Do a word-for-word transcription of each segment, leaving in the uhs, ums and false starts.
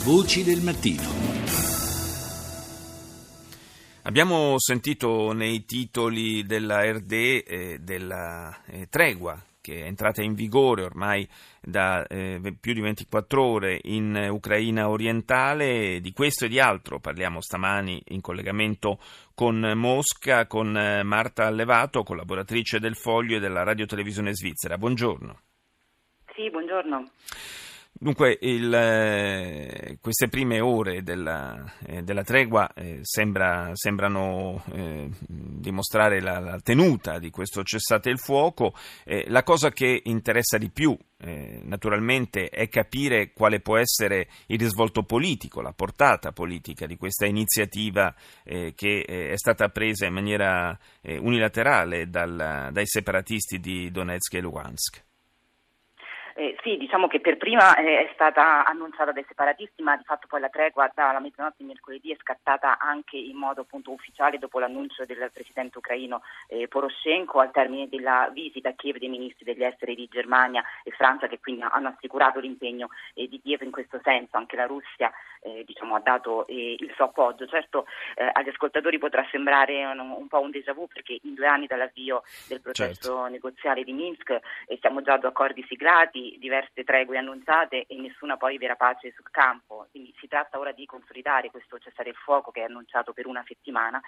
Voci del mattino. Abbiamo sentito nei titoli della R D eh, della eh, tregua che è entrata in vigore ormai da eh, più di ventiquattro ore in Ucraina orientale. Di questo e di altro parliamo stamani in collegamento con Mosca, con Marta Allevato, collaboratrice del Foglio e della radiotelevisione svizzera. Buongiorno. Sì, buongiorno. Dunque, il, eh, queste prime ore della, eh, della tregua eh, sembra, sembrano eh, dimostrare la, la tenuta di questo cessate il fuoco. Eh, la cosa che interessa di più, eh, naturalmente, è capire quale può essere il risvolto politico, la portata politica di questa iniziativa eh, che eh, è stata presa in maniera eh, unilaterale dal, dai separatisti di Donetsk e Luhansk. Eh, sì, diciamo che per prima eh, è stata annunciata dai separatisti, ma di fatto poi la tregua dalla mezzanotte di mercoledì è scattata anche in modo appunto ufficiale dopo l'annuncio del presidente ucraino eh, Poroshenko al termine della visita a Kiev dei ministri degli esteri di Germania e Francia, che quindi hanno assicurato l'impegno eh, di Kiev in questo senso. Anche la Russia eh, diciamo, ha dato eh, il suo appoggio. Certo eh, agli ascoltatori potrà sembrare un, un po' un déjà vu, perché in due anni dall'avvio del processo certo. negoziale di Minsk eh, siamo già ad accordi siglati, diverse tregue annunciate e nessuna poi vera pace sul campo. Quindi si tratta ora di consolidare questo cessare il fuoco che è annunciato per una settimana,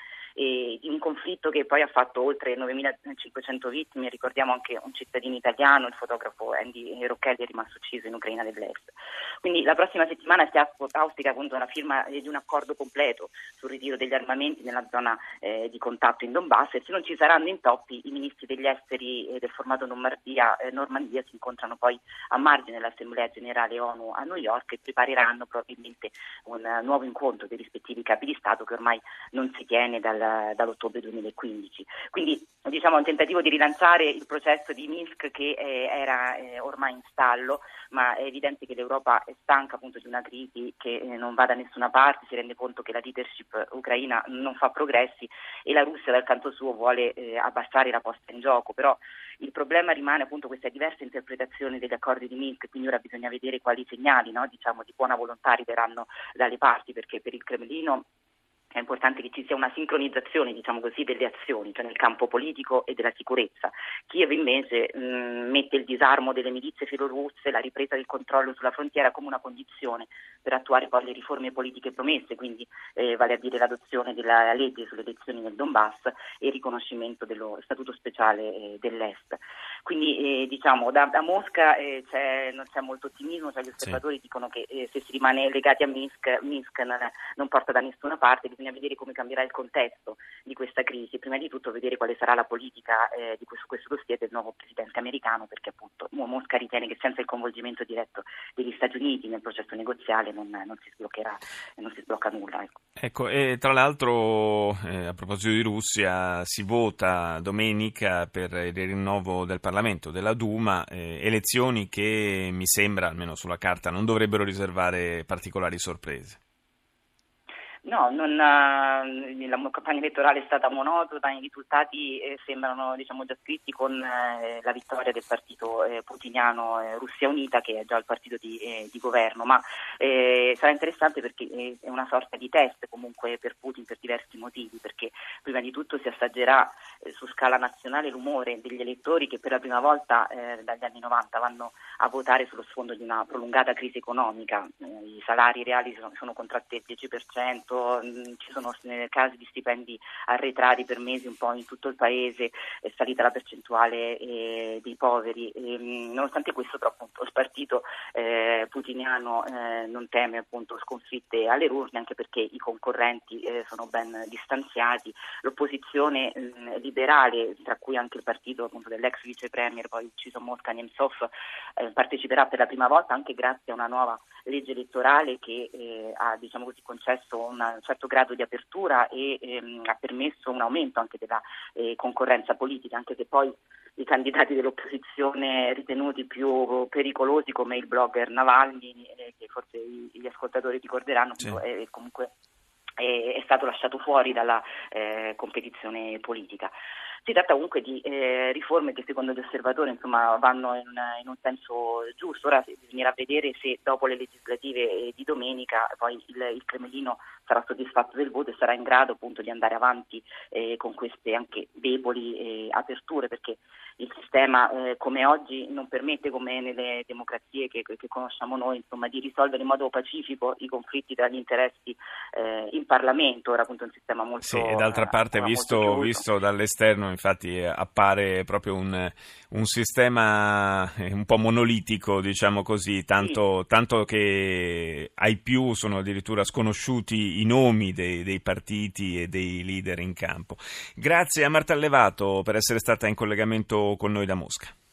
e di un conflitto che poi ha fatto oltre novemilacinquecento vittime. Ricordiamo anche un cittadino italiano, il fotografo Andy Rocchelli, è rimasto ucciso in Ucraina dell'Est. Quindi la prossima settimana si auspica appunto la firma di un accordo completo sul ritiro degli armamenti nella zona eh, di contatto in Donbass, e se non ci saranno intoppi i ministri degli esteri eh, del formato Normandia, eh, Normandia si incontrano poi a margine dell'Assemblea Generale ONU a New York e prepareranno probabilmente un uh, nuovo incontro dei rispettivi capi di Stato, che ormai non si tiene dal, dall'ottobre duemilaquindici. Quindi diciamo un tentativo di rilanciare il processo di Minsk che eh, era eh, ormai in stallo, ma è evidente che l'Europa è stanca appunto di una crisi che eh, non va da nessuna parte, si rende conto che la leadership ucraina non fa progressi e la Russia dal canto suo vuole eh, abbassare la posta in gioco. Però il problema rimane appunto questa diversa interpretazione degli accordi di Minsk, quindi ora bisogna vedere quali segnali, no, diciamo, di buona volontà arriveranno dalle parti, perché per il Cremlino è importante che ci sia una sincronizzazione, diciamo così, delle azioni, cioè nel campo politico e della sicurezza. Kiev invece mh, mette il disarmo delle milizie filorusse, la ripresa del controllo sulla frontiera come una condizione per attuare poi le riforme politiche promesse, quindi eh, vale a dire l'adozione della legge sulle elezioni nel Donbass e il riconoscimento dello statuto speciale eh, dell'Est. Quindi eh, diciamo da, da Mosca eh, c'è, non c'è molto ottimismo, cioè gli osservatori sì. dicono che eh, se si rimane legati a Minsk, Minsk non, non porta da nessuna parte. Bisogna vedere come cambierà il contesto di questa crisi, prima di tutto vedere quale sarà la politica eh, di questo, questo dossier del nuovo presidente americano, perché appunto Mosca ritiene che senza il coinvolgimento diretto degli Stati Uniti nel processo negoziale non, non si sbloccherà, non si sblocca nulla. Ecco, ecco e tra l'altro eh, a proposito di Russia, si vota domenica per il rinnovo del Parlamento, della Duma, eh, elezioni che mi sembra, almeno sulla carta, non dovrebbero riservare particolari sorprese. No, non, la campagna elettorale è stata monotona, i risultati eh, sembrano diciamo già scritti con eh, la vittoria del partito eh, putiniano eh, Russia Unita, che è già il partito di, eh, di governo, ma eh, sarà interessante perché eh, è una sorta di test comunque per Putin per diversi motivi, perché prima di tutto si assaggerà eh, su scala nazionale l'umore degli elettori che per la prima volta eh, dagli anni novanta vanno a votare sullo sfondo di una prolungata crisi economica. Eh, i salari reali sono, sono contratti al dieci per cento, ci sono casi di stipendi arretrati per mesi un po' in tutto il paese, è salita la percentuale eh, dei poveri. E, nonostante questo però appunto il partito eh, putiniano eh, non teme appunto sconfitte alle urne, anche perché i concorrenti eh, sono ben distanziati. L'opposizione mh, liberale, tra cui anche il partito appunto dell'ex vice premier poi ucciso a Mosca Nemtsov, eh, parteciperà per la prima volta anche grazie a una nuova legge elettorale che eh, ha diciamo così concesso una un certo grado di apertura e ehm, ha permesso un aumento anche della eh, concorrenza politica, anche se poi i candidati dell'opposizione ritenuti più pericolosi come il blogger Navalny, eh, che forse gli ascoltatori ricorderanno, sì. è, comunque è, è stato lasciato fuori dalla eh, competizione politica. Si tratta comunque di eh, riforme che secondo gli osservatori insomma, vanno in, in un senso giusto. Ora bisognerà vedere se dopo le legislative di domenica poi il, il Cremlino sarà soddisfatto del voto e sarà in grado appunto di andare avanti eh, con queste anche deboli eh, aperture, perché il sistema eh, come oggi non permette, come nelle democrazie che, che conosciamo noi, insomma, di risolvere in modo pacifico i conflitti tra gli interessi eh, in Parlamento. Ora appunto è un sistema molto sì, e d'altra parte eh, visto, visto dall'esterno infatti appare proprio un, un sistema un po' monolitico, diciamo così, tanto, sì. tanto che ai più sono addirittura sconosciuti i nomi dei, dei partiti e dei leader in campo. Grazie a Marta Allevato per essere stata in collegamento con noi da Mosca.